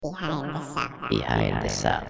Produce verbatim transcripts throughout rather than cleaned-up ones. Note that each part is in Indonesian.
Behind the Sound. Behind the Sound.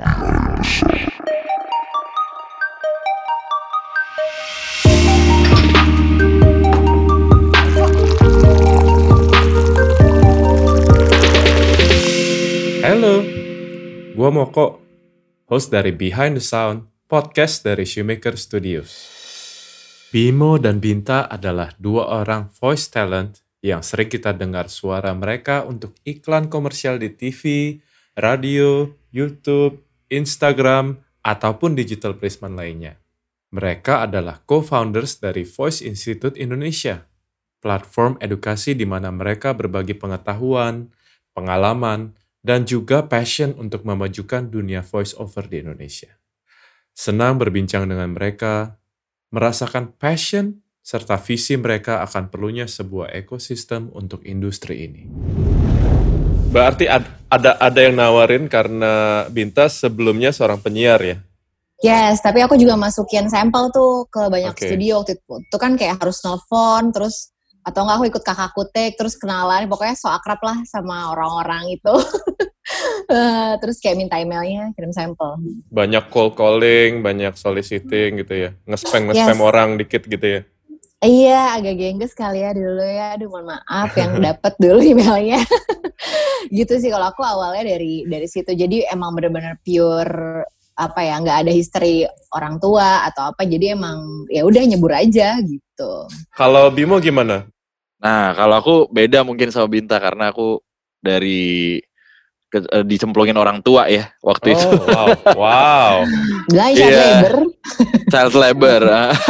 Halo, gua Moko, host dari Behind the Sound, podcast dari Shoemaker Studios. Bimo dan Binta adalah dua orang voice talent yang sering kita dengar suara mereka untuk iklan komersial di T V, radio, YouTube, Instagram, ataupun digital placement lainnya. Mereka adalah co-founders dari Voice Institute Indonesia, platform edukasi di mana mereka berbagi pengetahuan, pengalaman, dan juga passion untuk memajukan dunia voice over di Indonesia. Senang berbincang dengan mereka, merasakan passion serta visi mereka akan perlunya sebuah ekosistem untuk industri ini. Berarti ad- ada ada yang nawarin karena Binta sebelumnya seorang penyiar ya? Yes, tapi aku juga masukin sampel tuh ke banyak Okay. studio waktu itu. Itu kan kayak harus nelfon, terus atau enggak aku ikut kakak kutek, terus kenalan, pokoknya so akrab lah sama orang-orang itu. Uh, terus kayak minta emailnya, kirim sampel. Banyak call calling, banyak soliciting gitu ya? Nge-spam nge-spam Yes. orang dikit gitu ya? Iya, agak gengges kali ya dulu ya. Aduh, mohon maaf yang dapet dulu emailnya. Gitu sih kalau aku awalnya dari dari situ. Jadi emang bener-bener pure apa ya, nggak ada history orang tua atau apa. Jadi emang ya udah nyebur aja gitu. Kalau Bimo gimana? Nah, kalau aku beda mungkin sama Binta karena aku dari ke, eh, dicemplungin orang tua ya waktu itu. Oh, wow. Wow. Bilang child Iya. labor. Child labor.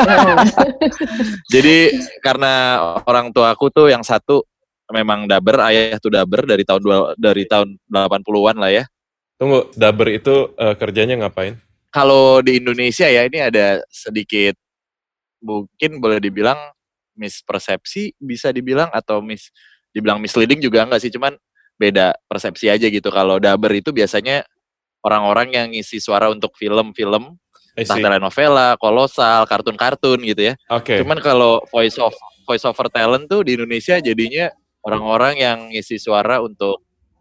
Jadi karena orang tua aku tuh yang satu memang daber, ayah tuh daber dari tahun dua, dari tahun delapan puluhan lah ya. Tunggu, daber itu uh, kerjanya ngapain? Kalau di Indonesia ya ini ada sedikit mungkin boleh dibilang mispersepsi bisa dibilang atau mis dibilang misleading juga enggak sih, cuman beda persepsi aja gitu. Kalau daber itu biasanya orang-orang yang ngisi suara untuk film-film, I entah see. telenovela, kolosal, kartun-kartun gitu ya. Oke. Cuman kalau voice of voice over talent tuh di Indonesia jadinya orang-orang yang ngisi suara untuk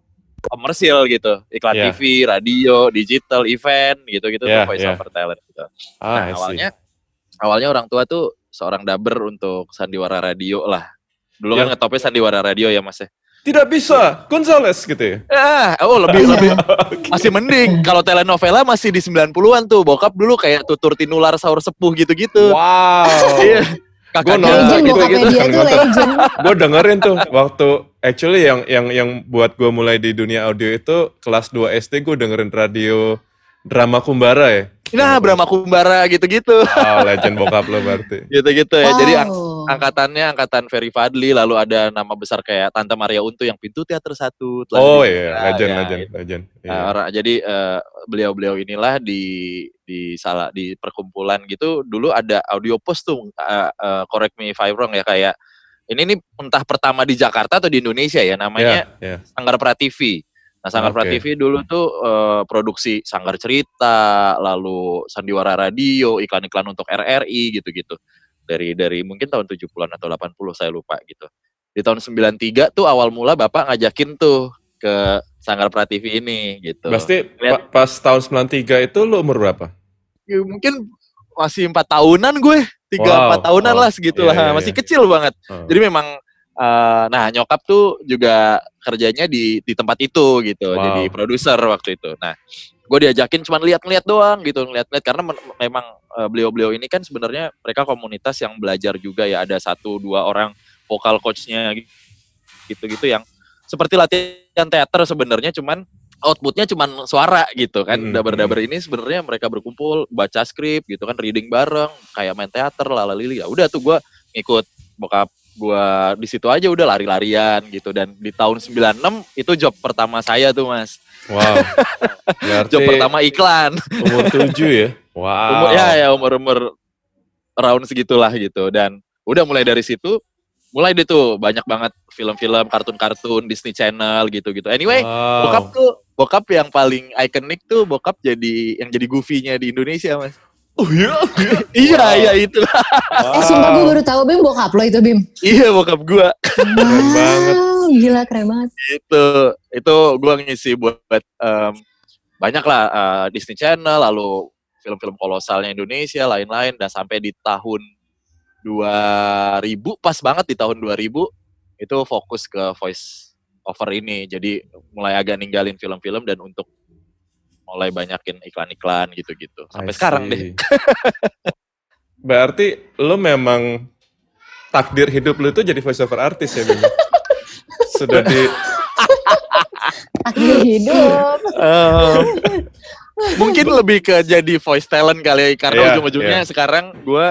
komersil gitu, iklan Yeah. T V, radio, digital, event gitu-gitu Yeah, tuh voice yeah. over talent gitu. Ah, Nah, I see. awalnya awalnya orang tua tuh seorang daber untuk sandiwara radio lah. Dulu kan Ya. ngetopnya sandiwara radio ya Mas ya. Tidak bisa, Gonzales gitu ya? Ah, oh lebih lebih masih mending. Kalau telenovela masih di sembilan puluhan tuh. Bokap dulu kayak tutur tinular sahur sepuh gitu-gitu. Wow. Iya. Gua Kakaknya nonton Legend, gitu bokapnya gitu. dia tuh legend. Gue dengerin tuh waktu actually yang yang yang buat gue mulai di dunia audio itu kelas dua S D gue dengerin radio drama Kumbara ya. Nah, Brahma Kumbara gitu-gitu. Oh, legend bokap lo berarti. Gitu-gitu ya. Jadi ang- Wow. angkatannya angkatan Ferry Fadli, lalu ada nama besar kayak Tante Maria Untu yang Pintu Teater Satu. telah Oh dibuka. iya, legend, Ya, legend, itu. legend. Nah, Iya. orang jadi eh, beliau-beliau inilah di di salah di perkumpulan gitu dulu ada audio post tuh, eh, eh, correct me if I'm wrong ya, kayak ini nih entah pertama di Jakarta atau di Indonesia ya, namanya Iya, iya. Sanggar Prativi. Nah, Sanggar Oke. Prativi dulu tuh eh, produksi Sanggar Cerita, lalu Sandiwara Radio, iklan-iklan untuk R R I gitu-gitu. Dari dari mungkin tahun tujuh puluhan atau delapan puluh saya lupa gitu. Di tahun sembilan tiga tuh awal mula Bapak ngajakin tuh ke Sanggar Prativi ini gitu. Pasti Lihat, pa- pas tahun sembilan tiga itu lo umur berapa? ya, mungkin masih empat tahunan gue, tiga Wow, empat tahunan wow. lah segitulah, Iya, iya, masih iya. kecil banget. Oh. Jadi memang eh, nah nyokap tuh juga kerjanya di di tempat itu gitu, Wow. jadi produser waktu itu. Nah, gue diajakin cuma lihat-lihat doang gitu, ngeliat-lihat karena men- memang eh, beliau-beliau ini kan sebenarnya mereka komunitas yang belajar juga ya, ada satu dua orang vokal coachnya gitu-gitu yang seperti latihan teater sebenarnya, cuman outputnya cuman suara gitu kan. Mm, Daber-daber ini sebenarnya mereka berkumpul baca skrip gitu kan, reading bareng kayak main teater lalalili. Ya udah tuh gue ngikut bokap gue di situ aja, udah lari-larian gitu. Dan di tahun sembilan enam itu job pertama saya tuh Mas. Wow. Berarti Job pertama iklan. umur tujuh ya? Wow. Umur, ya ya umur-umur round segitulah gitu. Dan udah mulai dari situ mulai deh tuh banyak banget film-film, kartun-kartun Disney Channel gitu-gitu. Anyway, Wow. bokap tuh bokap yang paling ikonik tuh bokap jadi yang jadi Goofy-nya di Indonesia Mas. Oh iya? Iya iya itu. Eh sumpah gue baru tahu Bim bokap lo itu Bim. Iya bokap gua. Keren banget. Wow, gila keren banget. Itu, itu gue ngisi buat um, banyak lah uh, Disney Channel, lalu film-film kolosalnya Indonesia, lain-lain, dan sampai di tahun dua ribu, pas banget di tahun dua ribu, itu fokus ke voice over ini. Jadi mulai agak ninggalin film-film dan untuk mulai banyakin iklan-iklan gitu-gitu. Sampai sekarang deh. Berarti lo memang takdir hidup lo itu jadi voice over artist ya, Bimo? Sudah di... takdir hidup. Uh, mungkin lebih ke jadi voice talent kali ya, karena yeah, ujung-ujungnya yeah. sekarang gue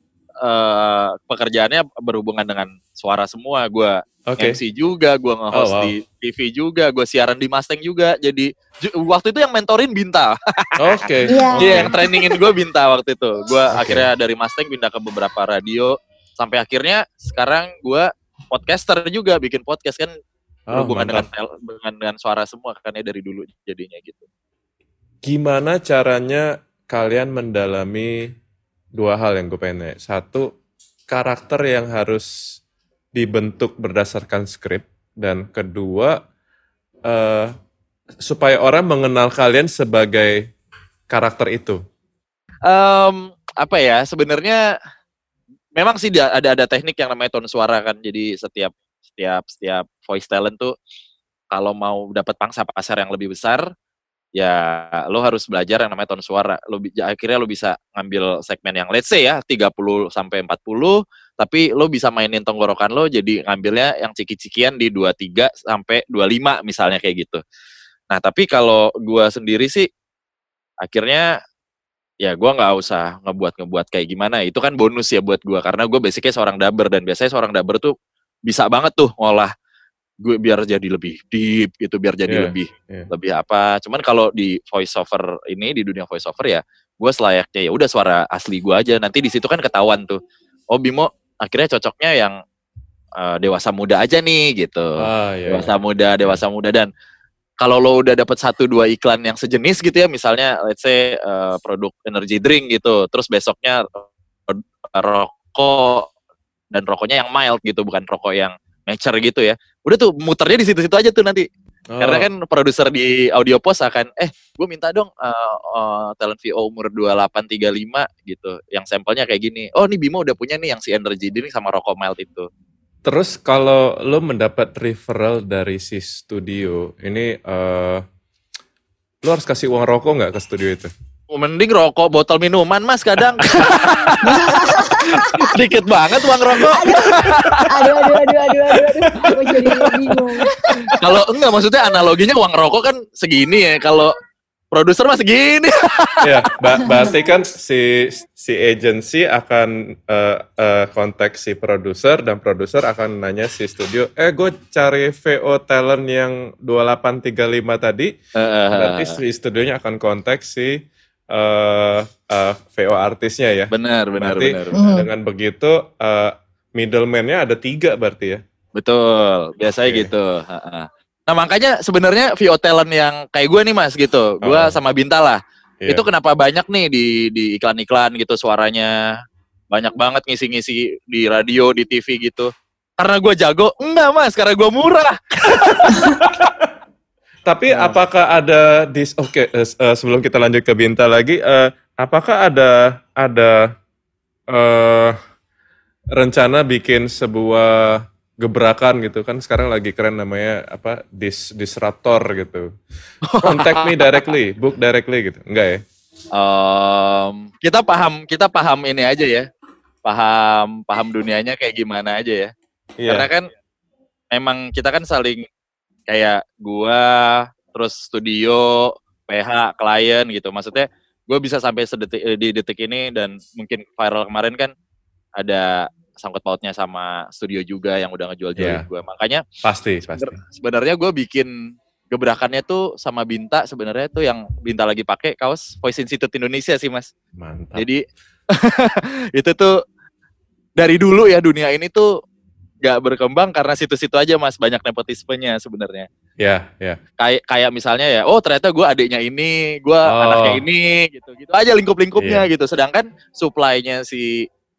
uh, pekerjaannya berhubungan dengan suara semua. Gue okay. M C juga, gue nge-host oh, wow. di T V juga, gue siaran di Mustang juga. Jadi ju- waktu itu yang mentorin Binta. Oke. Okay. Iya, yeah, yang trainingin gue Binta waktu itu. Gue okay. akhirnya dari Mustang pindah ke beberapa radio, sampai akhirnya sekarang gue podcaster juga, bikin podcast kan berhubungan oh, dengan, dengan dengan suara semua kan ya dari dulu jadinya gitu. Gimana caranya kalian mendalami dua hal yang gue pengen nanya. Satu, karakter yang harus dibentuk berdasarkan skrip. Dan kedua, uh, supaya orang mengenal kalian sebagai karakter itu. Um, apa ya, sebenarnya memang sih ada ada teknik yang namanya tone suara kan. Jadi setiap setiap setiap voice talent tuh kalau mau dapat pangsa pasar yang lebih besar, ya lo harus belajar yang namanya tone suara. Lo akhirnya lo bisa ngambil segmen yang let's say ya tiga puluh sampai empat puluh, tapi lo bisa mainin tenggorokan lo jadi ngambilnya yang ciki-cikian di dua puluh tiga sampai dua puluh lima misalnya kayak gitu. Nah, tapi kalau gua sendiri sih akhirnya ya gua nggak usah ngebuat-ngebuat kayak gimana. Itu kan bonus ya buat gua karena gua basicnya seorang dubber dan biasanya seorang dubber tuh bisa banget tuh ngolah gue biar jadi lebih deep gitu, biar jadi yeah, lebih yeah. lebih apa. Cuman kalau di voice over ini, di dunia voice over ya, gue selayaknya ya udah suara asli gue aja. Nanti di situ kan ketahuan tuh. Oh Bimo akhirnya cocoknya yang uh, dewasa muda aja nih gitu. Ah, yeah, dewasa yeah. muda, dewasa yeah. muda dan kalau lo udah dapat satu dua iklan yang sejenis gitu ya, misalnya let's say uh, produk energy drink gitu, terus besoknya uh, rokok dan rokoknya yang mild gitu, bukan rokok yang mature gitu ya. Udah tuh muternya di situ-situ aja tuh nanti. Oh. Karena kan produser di Audio Post akan, eh gue minta dong uh, uh, talent V O umur dua puluh delapan tiga puluh lima gitu. Yang sampelnya kayak gini. Oh nih Bimo udah punya nih yang si energy drink sama rokok mild itu. Terus kalau lo mendapat referral dari si studio, ini uh, lo harus kasih uang rokok nggak ke studio itu? Mending rokok botol minuman mas kadang. Dikit banget uang rokok. Aduh, aduh, aduh, aduh, aduh, aduh. Aku jadi bingung. Kalau enggak maksudnya analoginya uang rokok kan segini ya. Kalau produser mah segini. Ya, ba- berarti kan si si agency akan uh, uh, kontak si produser dan produser akan nanya si studio, eh gue cari V O talent yang dua puluh delapan tiga puluh lima tadi. Uh, berarti si studionya akan kontak si Uh, uh, V O artisnya ya. Benar, benar, berarti benar. Dengan begitu uh, middleman-nya ada tiga berarti ya. Betul, biasanya okay. gitu. Nah makanya sebenarnya V O talent yang kayak gue nih mas gitu, gue oh. sama Binta lah. Yeah. Itu kenapa banyak nih di di iklan-iklan gitu suaranya banyak banget ngisi-ngisi di radio, di T V gitu. Karena gue jago? Enggak mas, karena gue murah. Tapi nah. apakah ada dis oke okay, uh, sebelum kita lanjut ke Binta lagi, uh, apakah ada ada uh, rencana bikin sebuah gebrakan gitu kan sekarang lagi keren namanya apa dis disruptor gitu. Contact me directly, book directly gitu. Enggak ya? Um, kita paham kita paham ini aja ya. Paham paham dunianya kayak gimana aja ya. Yeah. Karena kan emang kita kan saling kayak gua, terus studio, P H, klien gitu. Maksudnya gue bisa sampai sedetik, di detik ini dan mungkin viral kemarin kan ada sangkut pautnya sama studio juga yang udah ngejual-jualin yeah. gue. Makanya pasti, pasti. Sebenarnya gue bikin gebrakannya tuh sama Binta sebenarnya tuh yang Binta lagi pakai kaos Voice Institute Indonesia sih mas. Mantap. Jadi itu tuh dari dulu ya dunia ini tuh gak berkembang karena situ-situ aja mas, banyak nepotismenya sebenarnya. Iya, yeah, iya. Yeah. Kayak kayak misalnya ya, oh ternyata gue adiknya ini, gue oh. anaknya ini, gitu, gitu aja lingkup-lingkupnya yeah. gitu. Sedangkan supply-nya si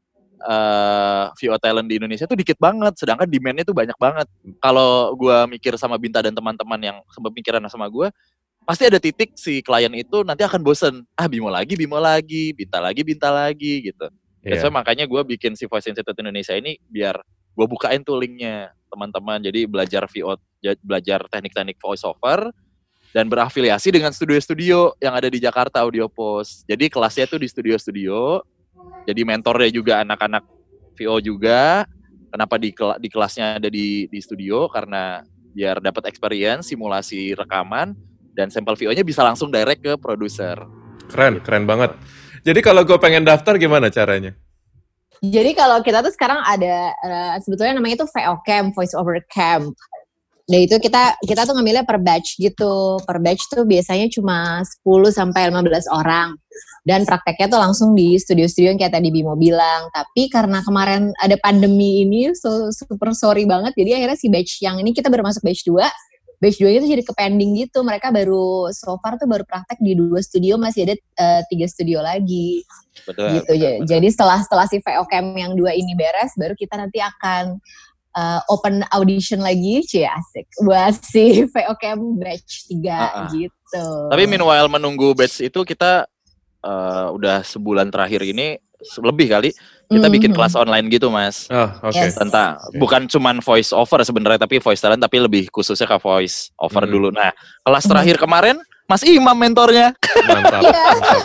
uh, V O talent di Indonesia tuh dikit banget, sedangkan demand-nya tuh banyak banget. Kalau gue mikir sama Binta dan teman-teman yang sempat pikiran sama gue, pasti ada titik si klien itu nanti akan bosen. Ah Bimo lagi, Bimo lagi, Binta lagi, Binta lagi gitu. Yeah. So makanya gue bikin si Voice Institute Indonesia ini biar gue bukain tuh linknya teman-teman. Jadi belajar V O, belajar teknik-teknik voice over dan berafiliasi dengan studio-studio yang ada di Jakarta Audio Post. Jadi kelasnya tuh di studio-studio. Jadi mentornya juga anak-anak V O juga. Kenapa di, kel- di kelasnya ada di, di studio? Karena biar dapat experience, simulasi rekaman. Dan sampel V O-nya bisa langsung direct ke produser. Keren, keren banget. Jadi kalau gue pengen daftar gimana caranya? Jadi kalau kita tuh sekarang ada uh, sebetulnya namanya tuh V O Camp, Voice Over Camp. Dan itu kita kita tuh ngambilnya per batch gitu. Per batch tuh biasanya cuma sepuluh sampai lima belas orang. Dan prakteknya tuh langsung di studio-studio yang kayak tadi Bimo bilang. Tapi karena kemarin ada pandemi ini, so, super sorry banget. Jadi akhirnya si batch yang ini kita baru masuk batch dua. Batch dua itu jadi ke-pending gitu. Mereka baru, so far tuh baru praktek di dua studio, masih ada uh, tiga studio lagi. Betul. Gitu. Betul, betul. Jadi setelah setelah si V O Camp yang dua ini beres, baru kita nanti akan uh, open audition lagi, cie asik, buat si V O Camp batch tiga uh-uh. gitu. Tapi meanwhile menunggu batch itu kita uh, udah sebulan terakhir ini, lebih kali, kita bikin mm-hmm. kelas online gitu mas. Oh, oke. Okay. Yes. Tentang okay. bukan cuman voice over sebenarnya, tapi voice talent, tapi lebih khususnya ke voice over mm. dulu. Nah, kelas terakhir mm. kemarin Mas Imam mentornya. Mantap. mantap.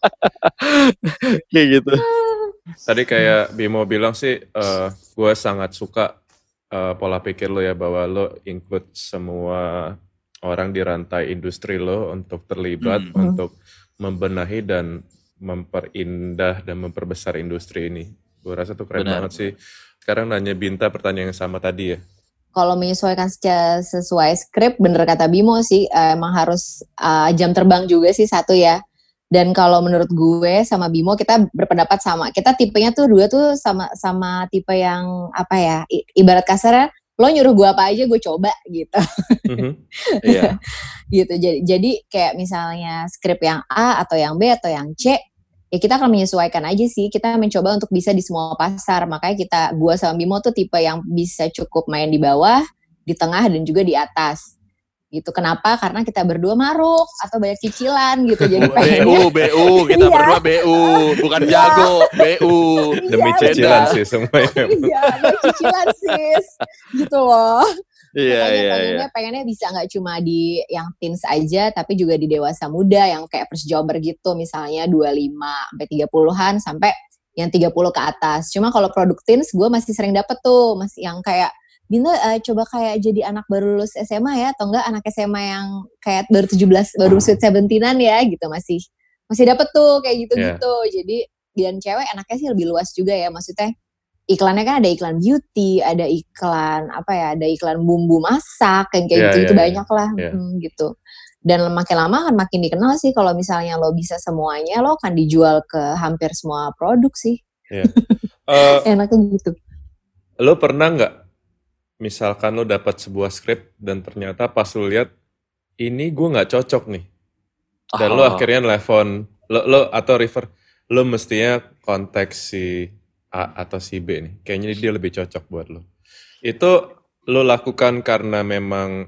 Kayak gitu. Tadi kayak Bimo bilang sih, uh, gue sangat suka uh, pola pikir lo ya, bahwa lo include semua orang di rantai industri lo untuk terlibat, mm. untuk membenahi dan memperindah dan memperbesar industri ini. Gue rasa tuh keren Benar. banget sih. Sekarang nanya Binta pertanyaan yang sama tadi ya. Kalau menyesuaikan secara sesuai skrip, bener kata Bimo sih, emang harus uh, jam terbang juga sih satu ya. Dan kalau menurut gue sama Bimo kita berpendapat sama. Kita tipenya tuh dua tuh sama sama tipe yang apa ya? I, ibarat kasarnya lo nyuruh gue apa aja gue coba gitu. Mm-hmm. Yeah. gitu. Jadi jadi kayak misalnya skrip yang A atau yang B atau yang C, ya kita akan menyesuaikan aja sih. Kita mencoba untuk bisa di semua pasar. Makanya kita, gua sama Bimo tuh tipe yang bisa cukup main di bawah, di tengah, dan juga di atas. Gitu. Kenapa? Karena kita berdua maruk atau banyak cicilan gitu. Jadi pengennya, B U, B U, kita iya. berdua B U, bukan jago, B U. Demi iya, cicilan sih semuanya. Iya, demi cicilan sis. Gitu loh. Iya, Makanya iya, pengennya, iya. pengennya bisa gak cuma di yang teens aja, tapi juga di dewasa muda yang kayak first jobber gitu, misalnya dua puluh lima sampai tiga puluhan sampai yang tiga puluh ke atas. Cuma kalau produk teens gue masih sering dapet tuh, masih yang kayak Binta uh, coba kayak jadi anak baru lulus S M A ya, atau enggak anak S M A yang kayak baru tujuh belas, baru sweet seventeenan ya gitu, masih masih dapet tuh kayak gitu-gitu. Yeah. Jadi dan cewek enaknya sih lebih luas juga ya, maksudnya iklannya kan ada iklan beauty, ada iklan apa ya, ada iklan bumbu masak yang kayak yeah, gitu-gitu yeah, banyak yeah. lah yeah. hmm, gitu. Dan makin lama kan makin dikenal sih kalau misalnya lo bisa semuanya, lo akan dijual ke hampir semua produk sih. Yeah. uh, Enaknya gitu. Lo pernah nggak, misalkan lo dapat sebuah skrip dan ternyata pas lo lihat ini gue nggak cocok nih, dan oh. lo akhirnya nelfon lo, lo atau refer, lo mestinya kontak si A atau si B nih, kayaknya dia lebih cocok buat lo. Itu lo lakukan karena memang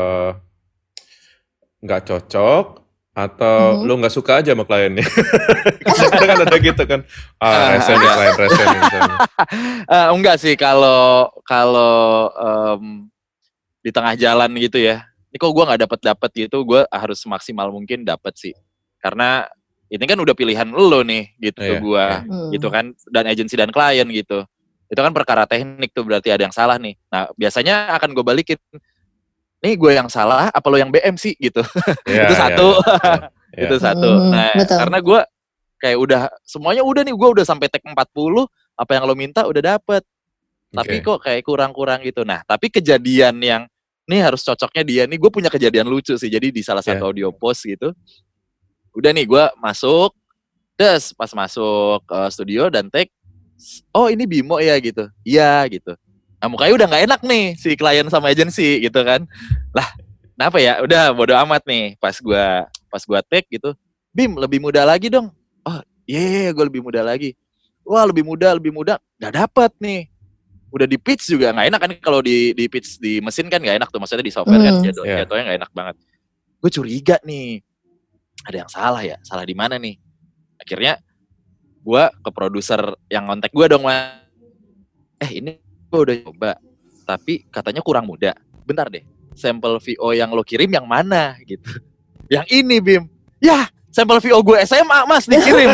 nggak uh, cocok, atau mm-hmm. lo nggak suka aja sama kliennya? Kadang kan ada gitu kan, ah resen nih klien resen nih. uh, enggak sih, kalau kalau um, di tengah jalan gitu ya, ini kok gue nggak dapet dapet gitu, gue harus maksimal mungkin dapet sih, karena ini kan udah pilihan lo nih gitu yeah, gue yeah. gitu kan, dan agensi dan klien gitu, itu kan perkara teknik tuh, berarti ada yang salah nih. Nah biasanya akan gue balikin, nih gue yang salah apa lo yang B M sih gitu. Yeah, itu satu yeah, yeah, yeah. itu satu nah betul. Karena gue kayak udah semuanya udah nih, gue udah sampai tag empat puluh, apa yang lo minta udah dapet, tapi okay. kok kayak kurang-kurang gitu. Nah tapi kejadian yang nih harus cocoknya dia nih, gue punya kejadian lucu sih. Jadi di salah satu yeah. audio post gitu, udah nih gue masuk, des pas masuk uh, studio dan take, oh ini Bimo ya gitu, iya gitu. Nah mukanya udah nggak enak nih si klien sama agensi gitu kan, lah kenapa ya, udah bodo amat nih. Pas gue pas gue take gitu, Bim lebih muda lagi dong, oh iya yeah, gue lebih muda lagi, wah lebih muda, lebih muda, nggak dapet nih. Udah di pitch juga nggak enak kan kalau di di pitch di mesin kan nggak enak tuh, maksudnya di software kan Hmm. jadwal Yeah. jadwalnya nggak enak banget. Gue curiga nih, ada yang salah ya, salah di mana nih? Akhirnya gue ke produser yang kontak gue dong, Mas. Eh ini gue udah coba, tapi katanya kurang muda. Bentar deh, sampel V O yang lo kirim yang mana gitu? Yang ini Bim. Ya, sampel V O gue S M A Mas dikirim.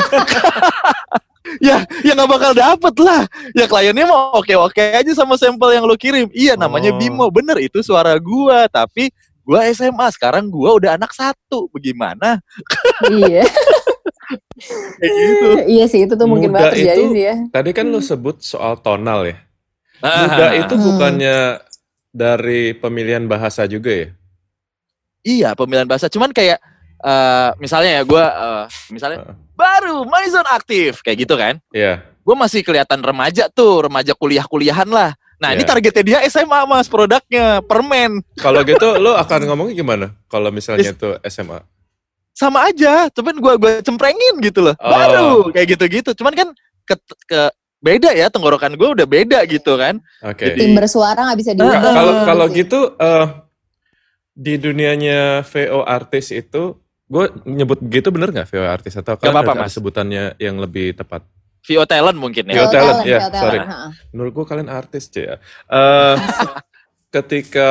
Ya, ya nggak bakal dapet lah. Ya kliennya mau oke-oke aja sama sampel yang lo kirim. Iya, namanya Oh. Bimo, bener itu suara gua. Tapi gua S M A, sekarang gua udah anak satu. Bagaimana? Iya. Kayak gitu. Iya sih, itu tuh mungkin Muda banget terjadi itu- sih ya. Tadi kan lo sebut soal tonal ya. Ah, Muda itu Hmm. bukannya dari pemilihan bahasa juga ya? Iya, pemilihan bahasa. Cuman kayak eh, misalnya ya gua eh, misalnya Heeh. baru MyZone aktif kayak gitu kan. Iya. Gue masih kelihatan remaja tuh, remaja kuliah-kuliahan lah. Nah, ini Iya. targetnya dia S M A Mas, produknya permen. Kalau gitu lo akan ngomongnya gimana? Kalau misalnya Is- itu S M A? Sama aja, cuman gue gue cemprengin gitu loh. Oh. Baru kayak gitu-gitu. Cuman kan ke, ke beda ya, tenggorokan gue udah beda gitu kan. Oke. Jadi- Timbre suara nggak bisa Ah, diubah. Ka- Kalau Ah, kalau sih. gitu eh, di dunianya V O artis itu, gue nyebut gitu bener nggak V O artis atau Nggak kan apa-apa, ada Mas. sebutannya yang lebih tepat? V O talent mungkin V O ya. talent, talent, ya, V O talent, sorry. ha-ha. Menurut gue kalian artis C ya. Eh, ketika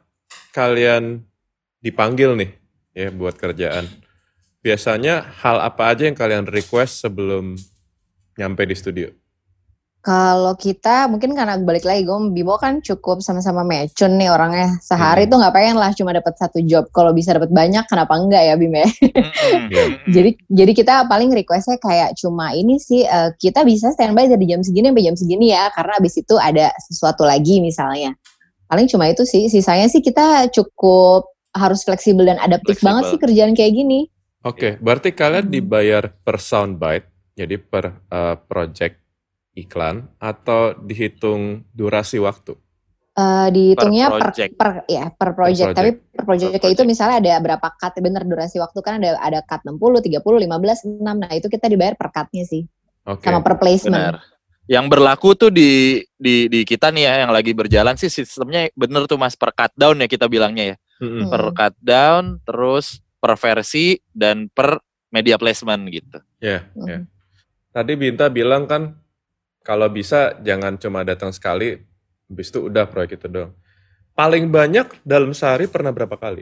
kalian dipanggil nih ya buat kerjaan, biasanya hal apa aja yang kalian request sebelum nyampe di studio? Kalau kita mungkin karena balik lagi gue sama Bimo kan cukup sama-sama mecun nih orangnya. Sehari Hmm. tuh nggak pengen lah cuma dapat satu job. Kalau bisa dapat banyak kenapa enggak ya Bim ya? Mm-mm. Iya. Jadi jadi kita paling requestnya kayak cuma ini sih eh, kita bisa standby dari jam segini sampai jam segini ya karena abis itu ada sesuatu lagi misalnya. Paling cuma itu sih. Sisanya sih kita cukup harus fleksibel dan adaptif Fleksibel. banget sih kerjaan kayak gini. Oke, berarti kalian Hmm. dibayar per soundbite, jadi per uh, project iklan atau dihitung durasi waktu? Eh, dihitungnya per, project. per ya per project. project. Tapi per project Per kayak itu project. misalnya ada berapa cut bener durasi waktu kan ada ada cut enam puluh, tiga puluh, lima belas, enam. Nah, itu kita dibayar per cutnya sih. Oke. Sama per placement. Benar. Yang berlaku tuh di di di kita nih ya yang lagi berjalan sih sistemnya bener tuh Mas, per cut down ya kita bilangnya ya. Mm-mm. Hmm. Per cut down, terus per versi dan per media placement gitu. Ya, Hmm. ya. Tadi Binta bilang kan kalau bisa jangan cuma datang sekali, habis itu udah proyek itu dong. Paling banyak dalam sehari pernah berapa kali?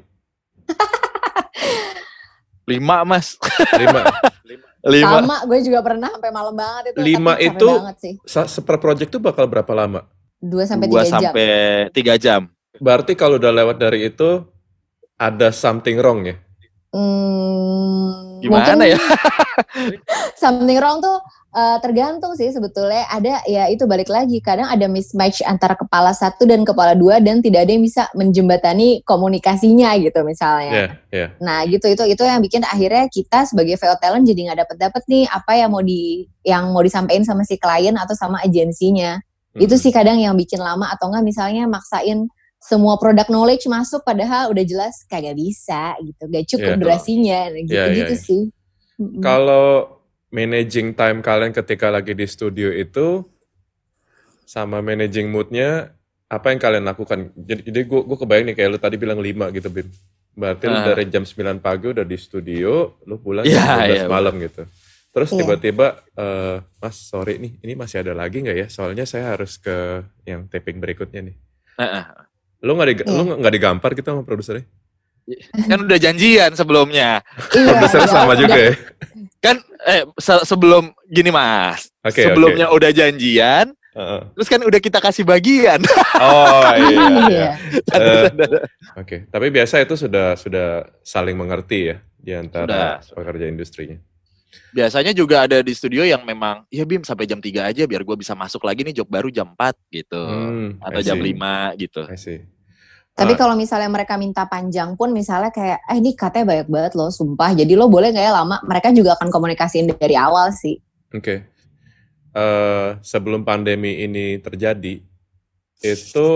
Lima Mas. Lima. Lima. Sama, gue juga pernah sampai malam banget itu. Lima tapi capek itu banget sih. Sa- seper project itu bakal berapa lama? Dua sampai Dua tiga jam. sampai tiga jam. Berarti kalau udah lewat dari itu ada something wrong ya? Hmm, Gimana mungkin ya? something wrong tuh eh, tergantung sih sebetulnya. Ada ya itu balik lagi. Kadang ada mismatch antara kepala satu dan kepala dua dan tidak ada yang bisa menjembatani komunikasinya gitu misalnya. Ya, ya. Nah gitu itu itu yang bikin akhirnya kita sebagai V O talent jadi nggak dapet dapet nih apa yang mau di yang mau disampaikan sama si klien atau sama agensinya. Itu sih kadang yang bikin lama atau enggak misalnya maksain semua product knowledge masuk padahal udah jelas kagak bisa gitu, gak cukup Iya. durasinya gitu-gitu Iya, iya. sih. Mm-mm. Kalau managing time kalian ketika lagi di studio itu sama managing moodnya, apa yang kalian lakukan? Jadi, jadi gue gue kebayang nih kayak lu tadi bilang lima gitu Bim. Berarti lu Ah. dari jam sembilan pagi udah di studio, lu pulang Iya, jam dua belas iya, malam gitu. Terus Iya. tiba-tiba, eh, Mas sorry nih, ini masih ada lagi nggak ya? Soalnya saya harus ke yang taping berikutnya nih. Heeh. Lu nggak di, Iya. lu nggak digampar gitu sama produsernya? Kan udah janjian sebelumnya. Iya, Produsernya udah- sama udah- juga ya? Kan eh se- sebelum gini Mas. Oke, sebelumnya udah janjian, Heeh. terus kan udah kita kasih bagian. Oh iya. iya. Iya. Eh, Oke, tapi biasa itu sudah sudah saling mengerti ya di antara Sudah. pekerja industrinya. Biasanya juga ada di studio yang memang, ya Bim sampai jam tiga aja biar gue bisa masuk lagi nih job baru jam empat gitu. Hmm, Atau I jam see. lima gitu. I see. Tapi Ah, kalau misalnya mereka minta panjang pun misalnya kayak, eh ini katanya banyak banget loh, sumpah. Jadi lo boleh nggak ya lama? Mereka juga akan komunikasiin dari awal sih. Oke. Eh, sebelum pandemi ini terjadi, itu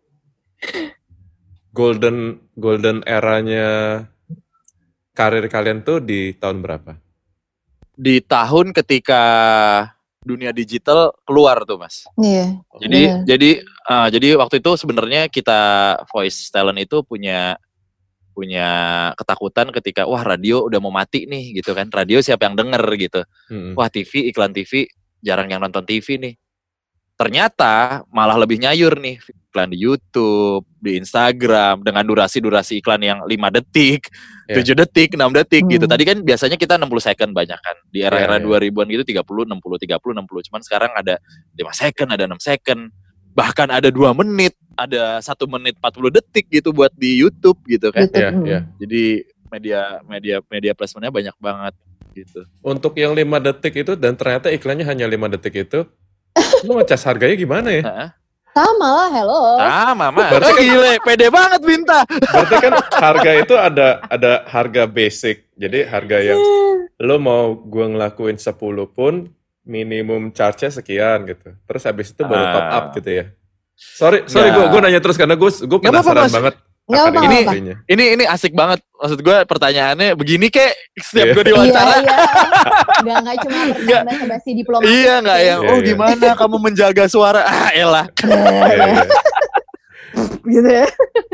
golden golden eranya karir kalian tuh di tahun berapa? Di tahun ketika dunia digital keluar tuh Mas. Iya. Jadi bener. jadi uh, jadi waktu itu sebenarnya kita voice talent itu punya punya ketakutan ketika wah radio udah mau mati nih gitu kan. Radio siapa yang denger gitu. Hmm. Wah T V, iklan T V, jarang yang nonton T V nih. Ternyata malah lebih nyayur nih. Iklan di YouTube, di Instagram, dengan durasi-durasi iklan yang lima detik, Yeah. tujuh detik, enam detik Hmm. gitu. Tadi kan biasanya kita enam puluh second banyak kan. Di era-era Yeah, yeah. dua ribuan gitu tiga puluh, enam puluh, tiga puluh, enam puluh. Cuman sekarang ada lima second, ada enam second. Bahkan ada dua menit, ada satu menit empat puluh detik gitu buat di YouTube gitu kan. YouTube. Iya, hmm. iya. Jadi media media media placementnya banyak banget gitu. Untuk yang lima detik itu dan ternyata iklannya hanya lima detik itu, lu ngecas harganya gimana ya? Heeh. Sama lah, hello. Sama mah. Berarti Oh, kan- gile, pede banget Binta. Berarti kan harga itu ada ada harga basic. Jadi harga yang lo mau gue ngelakuin sepuluh pun minimum charge-nya sekian gitu. Terus habis itu baru Ah. top up gitu ya. Sorry, sorry Ya. gue gue nanya terus karena gue gue Nggak apa-apa, penasaran Mas. banget. Nggak akan apa-apa. industrinya. Ini ini asik banget. Maksud gue pertanyaannya begini kek setiap Iya. gue Iya, diwawancara. iya. Nggak, nggak cuma Nggak. pertanyaan basa-basi diplomatis. Iya nggak yang Iya, oh iya. gimana kamu menjaga suara ah elah Iya, iya. Gitu ya.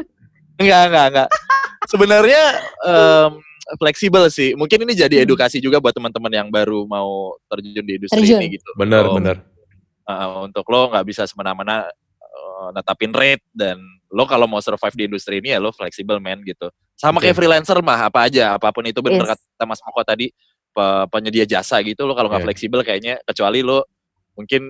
enggak enggak enggak sebenarnya em, fleksibel sih mungkin ini jadi Hmm. edukasi juga buat teman-teman yang baru mau terjun di industri Terjun. ini gitu. Benar, Oh, benar. uh, untuk lo nggak bisa semena-mena uh, netapin rate dan lo kalau mau survive di industri ini ya lo fleksibel man gitu. Sama Oke. kayak freelancer mah apa aja apapun itu bener Yes. kata Mas Moko tadi pe- penyedia jasa gitu lo kalau nggak Iya. fleksibel kayaknya kecuali lo mungkin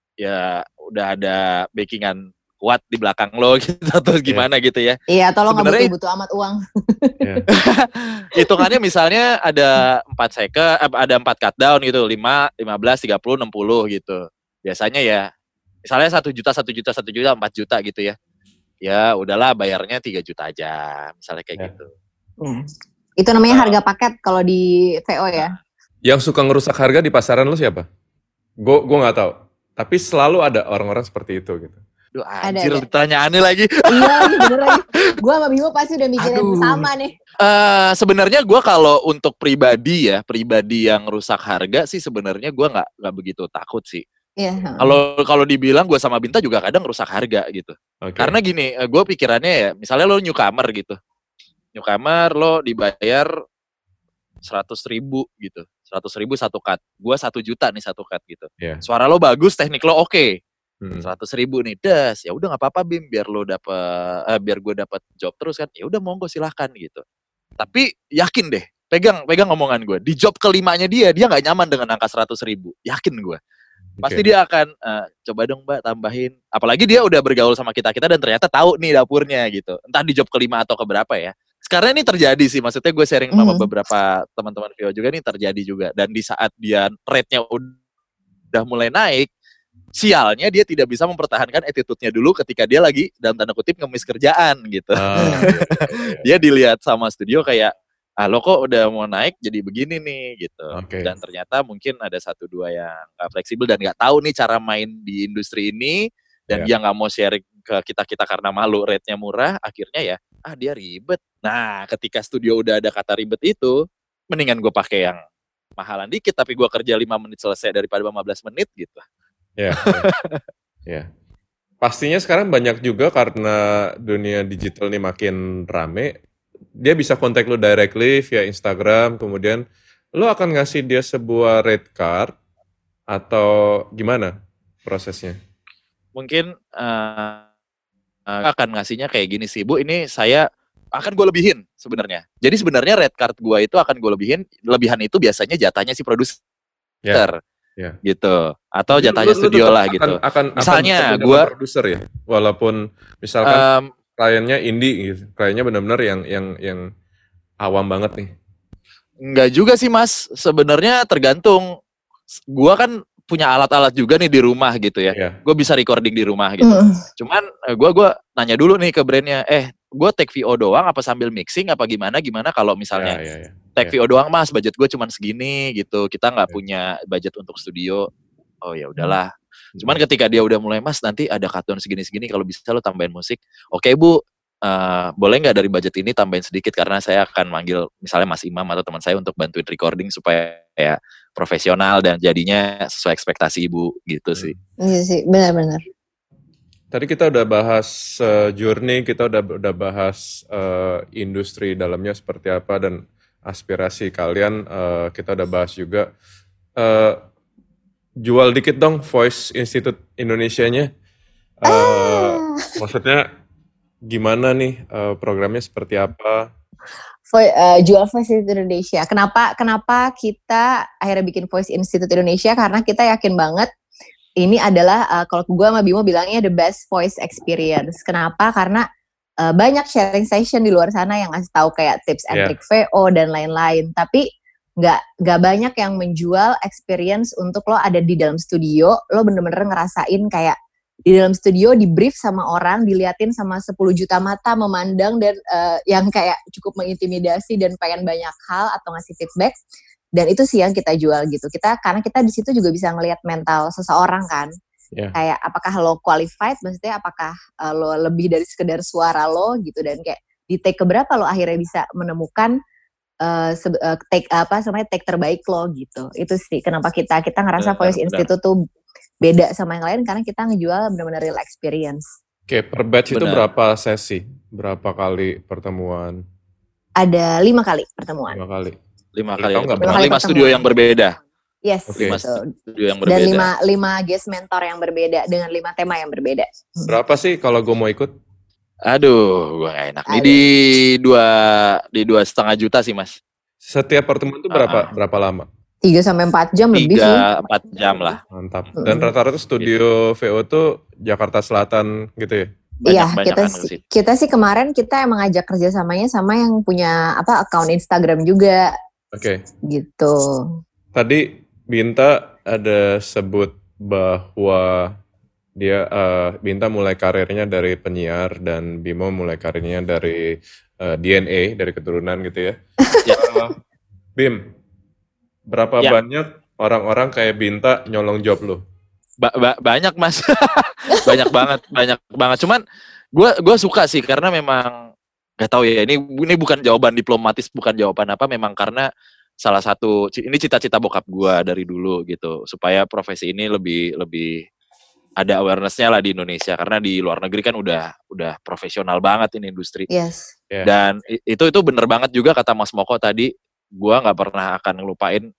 ya udah ada backingan kuat di belakang lo gitu atau gimana gitu ya. Iya, tolong nggak Sebenarnya- butuh-butuh amat uang. Iya. Hitungannya misalnya ada empat second, eh, ada empat cut down gitu, lima, lima belas, tiga puluh, enam puluh gitu. Biasanya ya, misalnya satu juta, satu juta, satu juta, empat juta gitu ya. Ya udahlah bayarnya tiga juta aja, misalnya kayak Ya. gitu. Nah, itu namanya Nah. harga paket kalau di V O ya. Yang suka ngerusak harga di pasaran lu siapa? Gue gue nggak tahu. Tapi selalu ada orang-orang seperti itu gitu. Duh Ada, anjir ada. pertanyaannya lagi. Iya, ini bener lagi. Gue sama Bimo pasti udah mikirin Aduh. sama nih. Eh sebenarnya gue kalau untuk pribadi ya, pribadi yang rusak harga sih sebenarnya gue nggak nggak begitu takut sih. Iya. Kalau kalau dibilang gue sama Binta juga kadang rusak harga gitu. Oke. Karena gini, gue pikirannya ya, misalnya lo newcomer gitu. Newcomer lo dibayar seratus ribu gitu. seratus ribu satu cut. Gue satu juta nih satu cut gitu. Iya. Suara lo bagus, teknik lo oke. Hmm. seratus ribu nih, das. Ya udah nggak apa-apa Bim, biar lo dapet, eh, biar gue dapet job terus kan. Ya udah monggo silahkan gitu. Tapi yakin deh, pegang pegang omongan gue. Di job kelimanya dia, dia nggak nyaman dengan angka seratus ribu. Yakin gue. Pasti Oke. dia akan eh, coba dong Mbak tambahin. Apalagi dia udah bergaul sama kita-kita dan ternyata tahu nih dapurnya gitu. Entah di job kelima atau keberapa ya. Sekarang ini terjadi sih, maksudnya gue sharing sama Mhm. beberapa teman-teman V O juga nih terjadi juga. Dan di saat dia rate-nya udah mulai naik, sialnya dia tidak bisa mempertahankan attitude-nya dulu ketika dia lagi dalam tanda kutip ngemis kerjaan gitu. Ah, iya, iya, iya. Dia dilihat sama studio kayak, ah lo kok udah mau naik jadi begini nih gitu. Oke. Dan ternyata mungkin ada satu dua yang gak fleksibel dan gak tahu nih cara main di industri ini. Dan Iya. dia gak mau sharing ke kita-kita karena malu rate-nya murah. Akhirnya ya, ah dia ribet. Nah ketika studio udah ada kata ribet itu, mendingan gue pakai yang mahalan dikit tapi gue kerja lima menit selesai daripada lima belas menit gitu. Ya, ya. Ya. Pastinya sekarang banyak juga karena dunia digital ini makin rame, dia bisa kontak lu directly via Instagram, kemudian lu akan ngasih dia sebuah rate card atau gimana prosesnya? Mungkin uh, uh, akan ngasihnya kayak gini sih, Bu, ini saya akan gue lebihin sebenarnya. Jadi sebenarnya red card gue itu akan gue lebihin, lebihan itu biasanya jatahnya si produser. Ya. Ya. Gitu, atau Jadi jatahnya lu- lu studio tetap lah akan, gitu. Akan, Misalnya akan ketemu gua- dengan produser ya, walaupun misalkan Um, kliennya indie gitu, kliennya benar-benar yang yang yang awam banget nih. Enggak juga sih Mas, sebenarnya tergantung. Gua kan punya alat-alat juga nih di rumah gitu ya. Ya. Gue bisa recording di rumah gitu. Mm. Cuman eh, gua gua nanya dulu nih ke brandnya, eh gue take V O doang apa sambil mixing apa gimana gimana kalau misalnya Ya, ya, ya. take Ya. V O doang Mas, budget gue cuman segini gitu, kita nggak Ya. punya budget untuk studio. Oh ya udahlah. Cuman ketika dia udah mulai Mas nanti ada cut down segini-segini kalau bisa lo tambahin musik. Oke Bu, uh, boleh nggak dari budget ini tambahin sedikit karena saya akan manggil misalnya Mas Imam atau teman saya untuk bantuin recording supaya ya profesional dan jadinya sesuai ekspektasi ibu gitu sih. Iya sih, benar-benar. Tadi kita udah bahas uh, journey, kita udah udah bahas uh, industri dalamnya seperti apa dan aspirasi kalian. Uh, kita udah bahas juga. Uh, jual dikit dong Voice Institute Indonesianya. Uh, ah. Maksudnya gimana nih uh, programnya seperti apa? Vo- uh, jual Voice Institute Indonesia. Kenapa? Kenapa kita akhirnya bikin Voice Institute Indonesia? Karena kita yakin banget. Ini adalah, uh, kalau gue sama Bimo bilangnya the best voice experience. Kenapa? Karena uh, banyak sharing session di luar sana yang ngasih tahu kayak tips and yeah. trick V O dan lain-lain. Tapi nggak nggak banyak yang menjual experience untuk lo ada di dalam studio, lo bener-bener ngerasain kayak di dalam studio di brief sama orang, diliatin sama sepuluh juta mata memandang dan uh, yang kayak cukup mengintimidasi dan pengen banyak hal atau ngasih feedback. Dan itu sih yang kita jual gitu. Kita karena kita di situ juga bisa ngelihat mental seseorang kan. Yeah. Kayak apakah lo qualified, maksudnya apakah uh, lo lebih dari sekedar suara lo gitu, dan kayak di take keberapa lo akhirnya bisa menemukan uh, se- uh, take apa namanya take terbaik lo gitu. Itu sih kenapa kita kita ngerasa benar, Voice benar. Institute tuh beda sama yang lain karena kita ngejual benar-benar real experience. Oke, per batch benar. Itu berapa sesi? Berapa kali pertemuan? Ada lima kali pertemuan. Lima kali. Lima kali, lima kali lima studio yang berbeda. Yes, okay. lima gitu. studio yang berbeda. Dan lima, lima guest mentor yang berbeda dengan lima tema yang berbeda. Berapa sih kalau gue mau ikut? Aduh, gue gak enak. Ini di dua di dua setengah juta sih mas. Setiap pertemuan itu berapa uh-huh. berapa lama? Tiga sampai empat jam lebih sih. Tiga empat jam lah. Mantap. Dan rata-rata studio V O tuh Jakarta Selatan gitu ya? Iya, kita sih, kita sih kemarin kita emang ngajak kerjasamanya sama yang punya apa akun Instagram juga. Oke. Okay. Gitu. Tadi Binta ada sebut bahwa dia uh, Binta mulai karirnya dari penyiar dan Bimo mulai karirnya dari uh, D N A, dari keturunan gitu ya. uh, Bim, berapa ya. banyak orang-orang kayak Binta nyolong job lo? Ba- ba- banyak mas, banyak banget, banyak banget. Cuman gue gue suka sih karena memang nggak tahu ya ini ini bukan jawaban diplomatis, bukan jawaban apa, memang karena salah satu ini cita-cita bokap gue dari dulu gitu supaya profesi ini lebih lebih ada awareness-nya lah di Indonesia karena di luar negeri kan udah udah profesional banget ini industri. Yes. Yeah. Dan itu itu bener banget juga kata Mas Moko tadi, gue nggak pernah akan ngelupain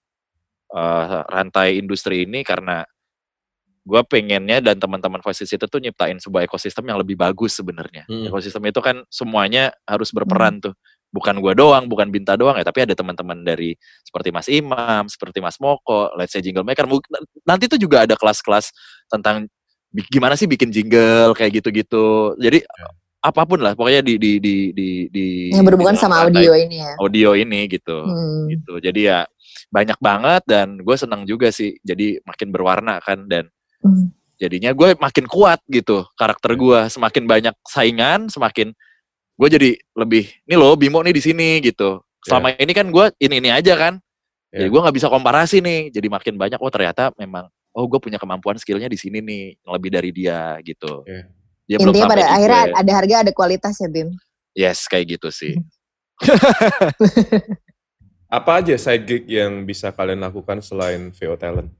uh, rantai industri ini karena gue pengennya dan teman-teman Voices itu tuh nyiptain sebuah ekosistem yang lebih bagus sebenarnya. Hmm. Ekosistem itu kan semuanya harus berperan hmm. tuh. Bukan gue doang, bukan Binta doang ya, tapi ada teman-teman dari seperti Mas Imam, seperti Mas Moko, Let's Say Jingle Maker. Nanti tuh juga ada kelas-kelas tentang gimana sih bikin jingle kayak gitu-gitu. Jadi yeah. apapun lah, pokoknya di di di di, di yang berhubungan sama audio ini ya. Audio ini gitu, hmm. gitu. Jadi ya banyak banget dan gue senang juga sih. Jadi makin berwarna kan dan Hmm. jadinya gue makin kuat gitu karakter gue, semakin banyak saingan semakin gue jadi lebih nih loh Bimo nih di sini gitu. Selama yeah. ini kan gue ini ini aja kan, yeah. jadi gue nggak bisa komparasi nih. Jadi makin banyak oh ternyata memang oh gue punya kemampuan skillnya di sini nih yang lebih dari dia gitu. Yeah. Dia intinya pada akhirnya gue. Ada harga ada kualitas ya Bim. Yes kayak gitu sih. Apa aja side gig yang bisa kalian lakukan selain V O Talent?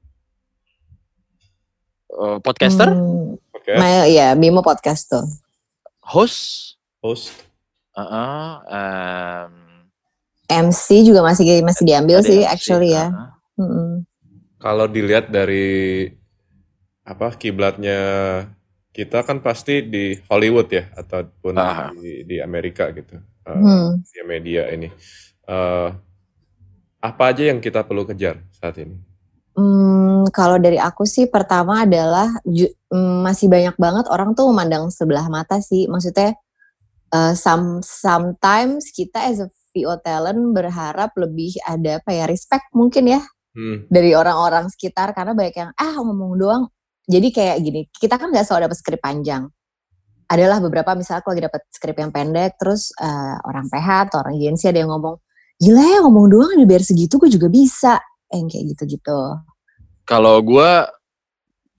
Uh, podcaster? Hmm, podcast. Ya, Bimo podcast tuh. Host? Host. Uh-uh, um, M C juga masih masih diambil sih, M C, actually ya. Uh-huh. Mm-hmm. Kalau dilihat dari apa kiblatnya kita kan pasti di Hollywood ya, ataupun uh-huh. di, di Amerika gitu, uh, hmm. di media ini. Uh, apa aja yang kita perlu kejar saat ini? Hmm, kalau dari aku sih pertama adalah ju- masih banyak banget orang tuh memandang sebelah mata sih. Maksudnya uh, some, sometimes kita as a V O talent berharap lebih ada apa ya respect mungkin ya hmm. dari orang-orang sekitar karena banyak yang ah ngomong doang. Jadi kayak gini, kita kan nggak selalu dapat skrip panjang. Adalah beberapa misalnya aku lagi dapat skrip yang pendek, terus uh, orang P H atau orang agensi ada yang ngomong, gila ya ngomong doang dibayar segitu gue juga bisa. Yang kayak gitu-gitu. Kalau gue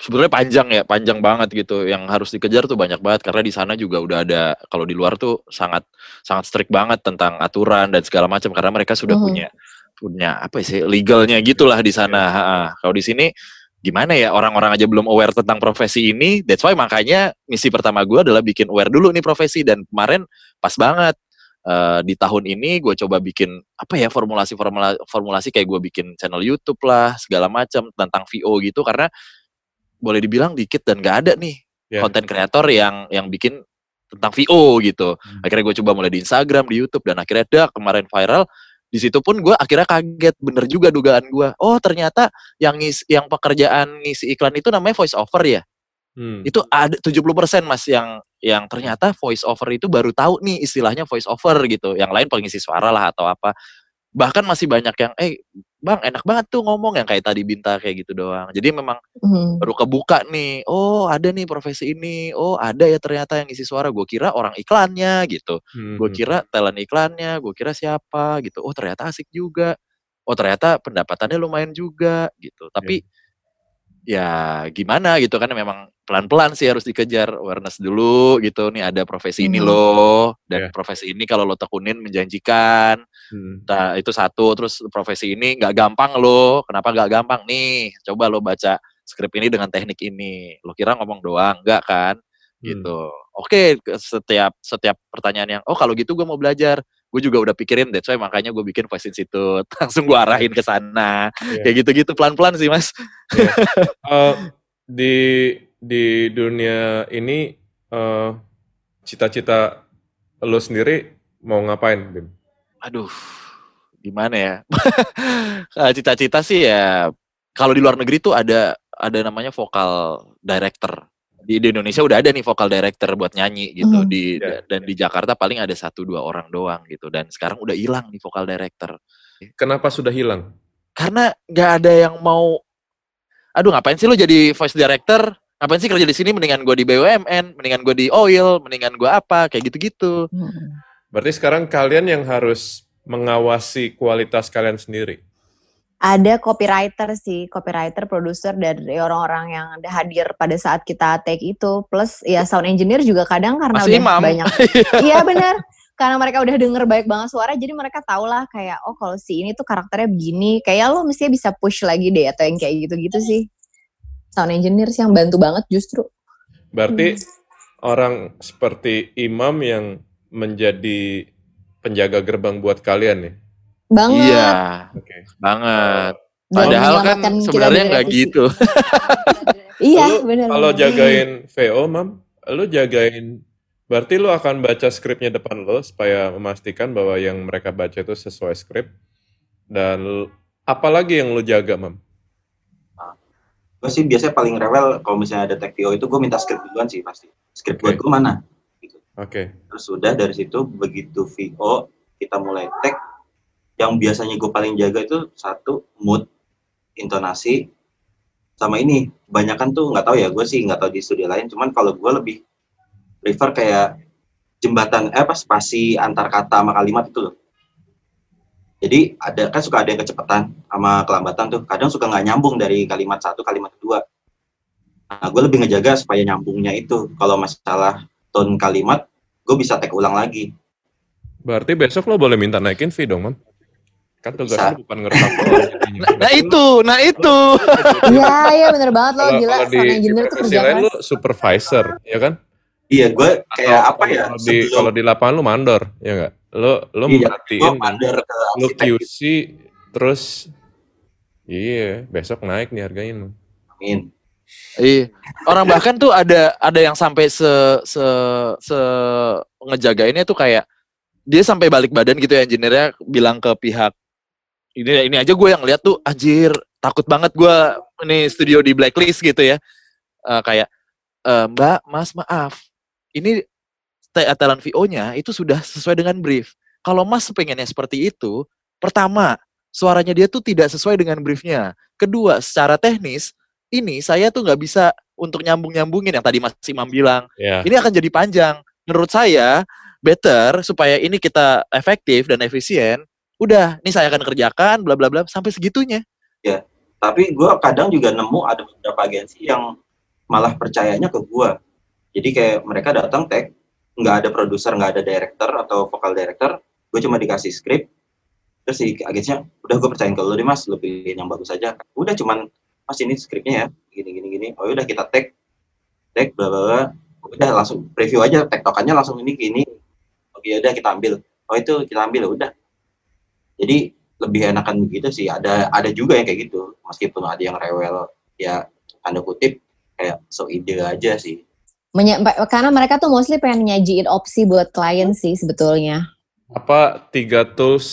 sebenarnya panjang ya, panjang banget gitu. Yang harus dikejar tuh banyak banget karena di sana juga udah ada, kalau di luar tuh sangat sangat strict banget tentang aturan dan segala macam karena mereka sudah Mhm. punya punya apa sih legalnya gitulah di sana. Ha-ha. Kalau di sini gimana ya, orang-orang aja belum aware tentang profesi ini. That's why makanya misi pertama gue adalah bikin aware dulu nih profesi, dan kemarin pas banget. Uh, di tahun ini gue coba bikin apa ya, formulasi formula, formulasi kayak gue bikin channel YouTube lah segala macam tentang V O gitu, karena boleh dibilang dikit dan gak ada nih konten yeah. kreator yang yang bikin tentang V O gitu. Hmm. Akhirnya gue coba mulai di Instagram, di YouTube, dan akhirnya dah kemarin viral. Di situ pun gue akhirnya kaget, bener juga dugaan gue. Oh ternyata yang ngis, yang pekerjaan ngisi iklan itu namanya voice over ya. Hmm. Itu ada tujuh puluh persen mas yang yang ternyata voice over itu baru tahu nih istilahnya voice over gitu. Yang lain pengisi suara lah atau apa. Bahkan masih banyak yang eh bang enak banget tuh ngomong, yang kayak tadi Binta kayak gitu doang. Jadi memang hmm. baru kebuka nih. Oh ada nih profesi ini. Oh ada ya ternyata yang ngisi suara. Gue kira orang iklannya gitu. Hmm. Gue kira talent iklannya. Gue kira siapa gitu. Oh ternyata asik juga. Oh ternyata pendapatannya lumayan juga gitu. Tapi yeah. ya gimana gitu kan, memang pelan-pelan sih harus dikejar awareness dulu gitu. Nih ada profesi hmm. ini loh, dan yeah. profesi ini kalau lo tekunin menjanjikan. Hmm. Nah itu satu. Terus profesi ini nggak gampang loh. Kenapa nggak gampang nih? Coba lo baca skrip ini dengan teknik ini. Lo kira ngomong doang, nggak kan? Hmm. Gitu. Oke, setiap setiap pertanyaan yang oh kalau gitu gue mau belajar. Gue juga udah pikirin, that's why makanya gue bikin Voice Institute. Langsung gue arahin ke sana. Yeah. Kayak gitu-gitu, pelan-pelan sih, Mas. Yeah. uh, di di dunia ini, uh, cita-cita lo sendiri mau ngapain, Bim? Aduh, gimana ya? Cita-cita sih ya, kalau di luar negeri tuh ada ada namanya vocal director. Di, di Indonesia udah ada nih vocal director buat nyanyi gitu. Mm. Di yeah. Dan di Jakarta paling ada satu dua orang doang gitu. Dan sekarang udah hilang nih vocal director. Kenapa sudah hilang? Karena nggak ada yang mau. Aduh ngapain sih lo jadi voice director? Ngapain sih kerja di sini? Mendingan gue di B U M N, mendingan gue di oil, mendingan gue apa? Kayak gitu-gitu. Mm. Berarti sekarang kalian yang harus mengawasi kualitas kalian sendiri. Ada copywriter sih, copywriter, produser dari orang-orang yang ada hadir pada saat kita take itu. Plus ya sound engineer juga kadang karena Mas udah Imam. banyak. Iya benar. Karena mereka udah denger baik banget suara, jadi mereka tau lah kayak, oh kalau si ini tuh karakternya begini. Kayak lo mestinya bisa push lagi deh, atau yang kayak gitu-gitu sih. Sound engineer sih yang bantu banget justru. Berarti hmm. orang seperti Imam yang menjadi penjaga gerbang buat kalian nih? Banget. Iya, okay. banget. Padahal kan sebenarnya nggak gitu. Iya, benar. Kalau jagain V O, Mam, lu jagain, berarti lu akan baca skripnya depan lo supaya memastikan bahwa yang mereka baca itu sesuai skrip. Dan apalagi yang lu jaga, Mam? Nah, gue sih biasanya paling rewel kalau misalnya ada tag V O itu gue minta skrip duluan sih pasti. Skrip okay. buat gue mana? Gitu. Oke. Okay. Terus udah dari situ begitu V O kita mulai tag. Yang biasanya gue paling jaga itu satu mood, intonasi, sama ini. Kebanyakan tuh nggak tahu ya, gue sih nggak tahu di studio lain. Cuman kalau gue lebih prefer kayak jembatan, eh apa spasi antar kata sama kalimat itu loh. Jadi ada kan suka ada yang kecepatan sama kelambatan tuh. Kadang suka nggak nyambung dari kalimat satu kalimat kedua. Nah gue lebih ngejaga supaya nyambungnya itu. Kalau masalah tone kalimat, gue bisa take ulang lagi. Berarti besok lo boleh minta naikin fee dong, Mam? Kan tugas lu bukan ngerekam doang. Nah, nah itu, nah itu. Iya, iya bener banget lo, gila. Kalau di, di profesi lain lu supervisor, ya kan? Iya, gue kayak atau, apa ya? Kalau di, kalau di lapangan lu mandor, ya nggak? Lu lu iya, merhatiin, lu Q C, terus, iya, besok naik nih harganya. Amin. Iya, orang bahkan tuh ada ada yang sampai se se se ngejagainnya tuh kayak dia sampai balik badan gitu ya, engineer-nya bilang ke pihak ini ini aja gue yang lihat tuh anjir takut banget gue ini studio di blacklist gitu ya, uh, kayak uh, Mbak Mas maaf ini talent V O-nya itu sudah sesuai dengan brief. Kalau Mas pengennya seperti itu, pertama suaranya dia tuh tidak sesuai dengan briefnya. Kedua secara teknis ini saya tuh nggak bisa untuk nyambung-nyambungin yang tadi Mas Imam bilang. Yeah. Ini akan jadi panjang. Menurut saya better supaya ini kita efektif dan efisien. Udah, ini saya akan kerjakan, bla bla bla sampai segitunya. Ya, tapi gue kadang juga nemu ada beberapa agensi yang malah percayanya ke gue. Jadi kayak mereka datang tag, nggak ada produser, nggak ada director atau vokal director, gue cuma dikasih skrip, terus si agensinya, udah gue percayain ke lu deh mas, lu pilihin yang bagus aja. Udah cuman, mas ini skripnya ya, gini gini gini. Oh udah kita tag, tag bla bla bla, udah langsung preview aja, tektokannya langsung ini gini. Oke udah kita ambil, oh itu kita ambil udah. Jadi lebih enakan begitu sih. Ada ada juga yang kayak gitu, meskipun ada yang rewel, ya tanda kutip kayak so ide aja sih. Menye- karena mereka tuh mostly pengen nyajiin opsi buat klien sih sebetulnya. Apa tiga tools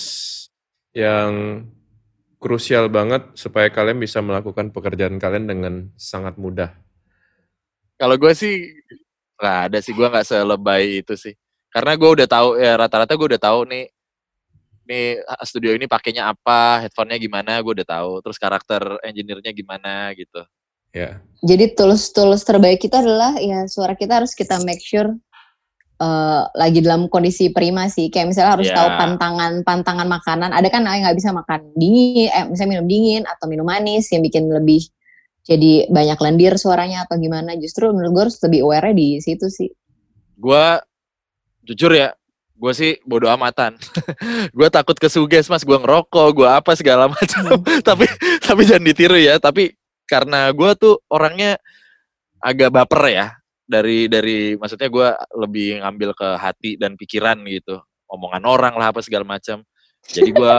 yang krusial banget supaya kalian bisa melakukan pekerjaan kalian dengan sangat mudah? Kalau gue sih nggak ada sih, gue nggak selebay itu sih. Karena gue udah tahu ya, rata-rata gue udah tahu nih, nih studio ini pakainya apa, headphone-nya gimana, gue udah tahu. Terus karakter engineer-nya gimana gitu. Ya. Jadi tools-tools terbaik kita adalah ya suara kita harus kita make sure uh, lagi dalam kondisi prima sih. Kayak misalnya harus Yeah. tahu pantangan pantangan makanan. Ada kan yang nggak bisa makan dingin, eh, misalnya minum dingin atau minum manis yang bikin lebih jadi banyak lendir suaranya atau gimana. Justru menurut gue harus lebih aware di situ sih. Gue jujur ya, gue sih bodo amatan. Gue takut kesuges mas, gue ngerokok, gue apa segala macam. tapi tapi jangan ditiru ya. Tapi karena gue tuh orangnya agak baper ya, dari dari maksudnya gue lebih ngambil ke hati dan pikiran gitu, omongan orang lah apa segala macam. Jadi gue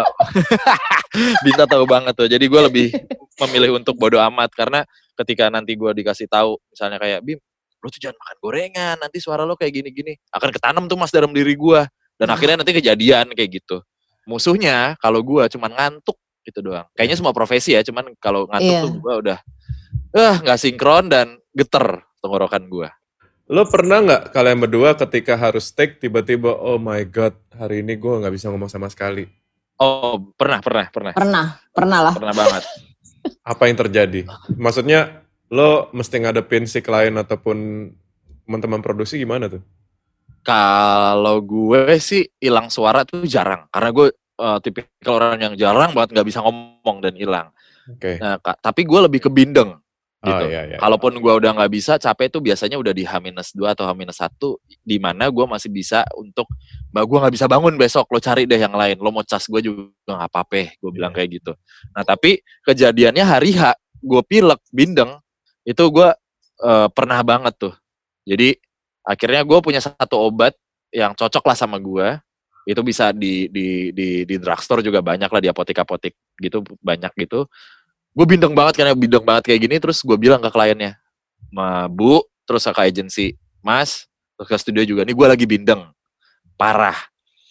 Binta tahu banget tuh. Jadi gue lebih memilih untuk bodo amat, karena ketika nanti gue dikasih tahu misalnya kayak Bim, lo tuh jangan makan gorengan, nanti suara lo kayak gini-gini, akan ketanam tuh mas dalam diri gue, dan akhirnya nanti kejadian kayak gitu. Musuhnya kalau gue cuman ngantuk gitu doang. Kayaknya semua profesi ya, cuman kalau ngantuk Iya. tuh gue udah eh nggak sinkron dan geter tenggorokan gue. Lo pernah nggak kalian berdua ketika harus take tiba-tiba oh my god hari ini gue nggak bisa ngomong sama sekali? Oh pernah pernah pernah Pernah, pernah lah. pernah banget. Apa yang terjadi? Maksudnya lo mesti ngadepin si klien ataupun teman-teman produksi gimana tuh? Kalau gue sih hilang suara tuh jarang, karena gue uh, tipikal orang yang jarang banget nggak bisa ngomong dan hilang. Oke. Nah, ka- tapi gue lebih ke bindeng gitu. Oh, iya, iya. Kalaupun gue udah nggak bisa, capek tuh biasanya udah di H minus dua atau H minus satu, di mana gue masih bisa untuk, mbak gue nggak bisa bangun besok, lo cari deh yang lain, lo mau cas gue juga nggak apa-apa, gue bilang kayak gitu. Nah tapi kejadiannya hari H, gue pilek, bindeng, itu gue uh, pernah banget tuh. Jadi akhirnya gue punya satu obat yang cocok lah sama gue, itu bisa di di di di drugstore juga banyak lah, di apotek-apotek gitu banyak gitu. Gue bindeng banget, karena bindeng banget kayak gini, terus gue bilang ke kliennya, Ma, Bu, terus ke agensi, Mas, terus ke studio juga, nih gue lagi bindeng, parah.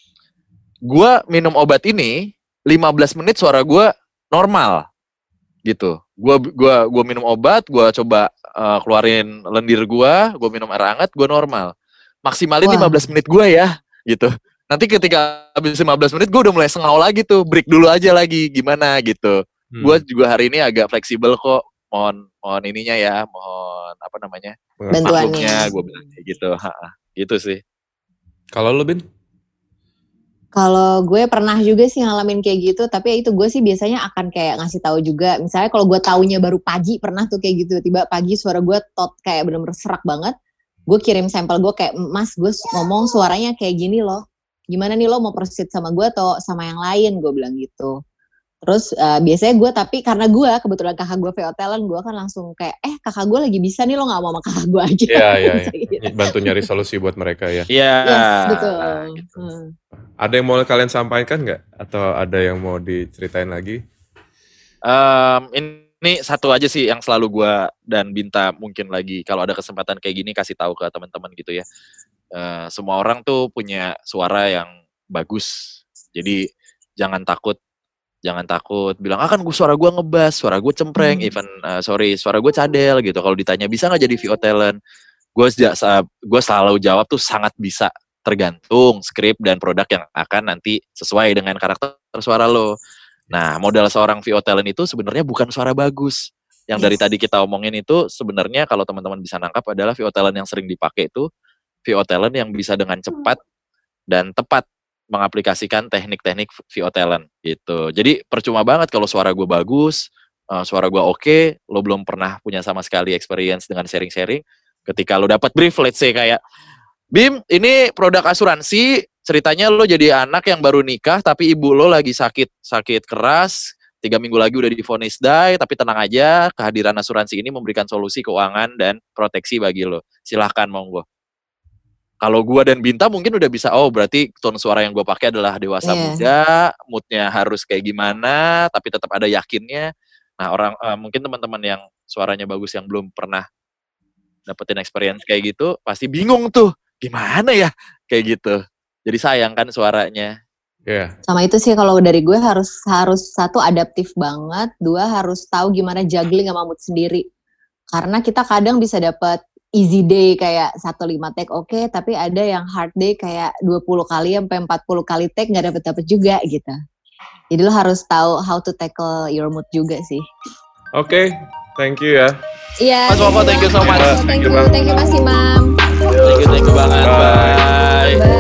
Gue minum obat ini, lima belas menit suara gue normal, gitu. Gue gua gua minum obat, gue coba uh, keluarin lendir gue, gue minum air hangat, gue normal. Maksimalin Wah. lima belas menit gue ya, gitu. Nanti ketika habis lima belas menit gue udah mulai sengau lagi tuh, break dulu aja lagi, gimana gitu. Hmm. Gue juga hari ini agak fleksibel kok, mohon mohon ininya ya, mohon apa namanya, Bantuannya. maklumnya, gue bilang kayak gitu, ha-ha. Gitu sih. Kalau lo Bin? Kalau gue pernah juga sih ngalamin kayak gitu, tapi ya itu gue sih biasanya akan kayak ngasih tahu juga. Misalnya kalau gue taunya baru pagi, pernah tuh kayak gitu, tiba pagi suara gue tot kayak bener-bener serak banget. Gue kirim sampel gue kayak, Mas, gue ngomong suaranya kayak gini loh. Gimana nih lo mau proceed sama gue atau sama yang lain? Gue bilang gitu. Terus uh, biasanya gue, tapi karena gue kebetulan kakak gue V O talent, gue kan langsung kayak, eh kakak gue lagi bisa nih, lo gak mau sama kakak gue aja. Iya, iya, iya. Gitu. Bantu nyari solusi buat mereka ya. Iya. Yes, betul. Nah, gitu. Hmm. Ada yang mau kalian sampaikan nggak? Atau ada yang mau diceritain lagi? Um, ini satu aja sih yang selalu gue dan Binta mungkin lagi kalau ada kesempatan kayak gini kasih tahu ke teman-teman gitu ya. Uh, semua orang tuh punya suara yang bagus. Jadi jangan takut, jangan takut bilang, ah kan gue suara gue ngebas, suara gue cempreng, hmm. even uh, sorry suara gue cadel gitu. Kalau ditanya bisa nggak jadi V O talent, gue gue selalu jawab tuh sangat bisa. Tergantung skrip dan produk yang akan nanti sesuai dengan karakter suara lo. Nah, modal seorang V O talent itu sebenarnya bukan suara bagus. Yang yes. dari tadi kita omongin itu sebenarnya kalau teman-teman bisa nangkap adalah V O talent yang sering dipakai itu V O talent yang bisa dengan cepat dan tepat mengaplikasikan teknik-teknik V O talent gitu. Jadi percuma banget kalau suara gue bagus, uh, suara gue oke, okay, lo belum pernah punya sama sekali experience dengan sharing-sharing. Ketika lo dapat brief, let's say kayak, Bim, ini produk asuransi, ceritanya lo jadi anak yang baru nikah, tapi ibu lo lagi sakit, sakit keras, tiga minggu lagi udah divonis die, tapi tenang aja, kehadiran asuransi ini memberikan solusi keuangan dan proteksi bagi lo. Silahkan monggo. Kalau gue dan Binta mungkin udah bisa, oh berarti tone suara yang gue pakai adalah dewasa yeah. muda, moodnya harus kayak gimana, tapi tetap ada yakinnya. Nah orang uh, mungkin teman-teman yang suaranya bagus yang belum pernah dapetin experience kayak gitu, pasti bingung tuh. Gimana ya kayak gitu, jadi sayang kan suaranya. Yeah. Sama itu sih kalau dari gue harus harus satu adaptif banget, dua harus tahu gimana juggling sama mood sendiri. Karena kita kadang bisa dapat easy day kayak satu lima take oke, okay, tapi ada yang hard day kayak dua puluh kali sampai empat puluh kali take nggak dapet dapet juga gitu. Jadi lo harus tahu how to tackle your mood juga sih. Oke, okay, thank you ya. Iya. Mas Woko, thank you so much. Thank you, thank you Mas Imam. Thank you, thank you banget. Bye. Bye.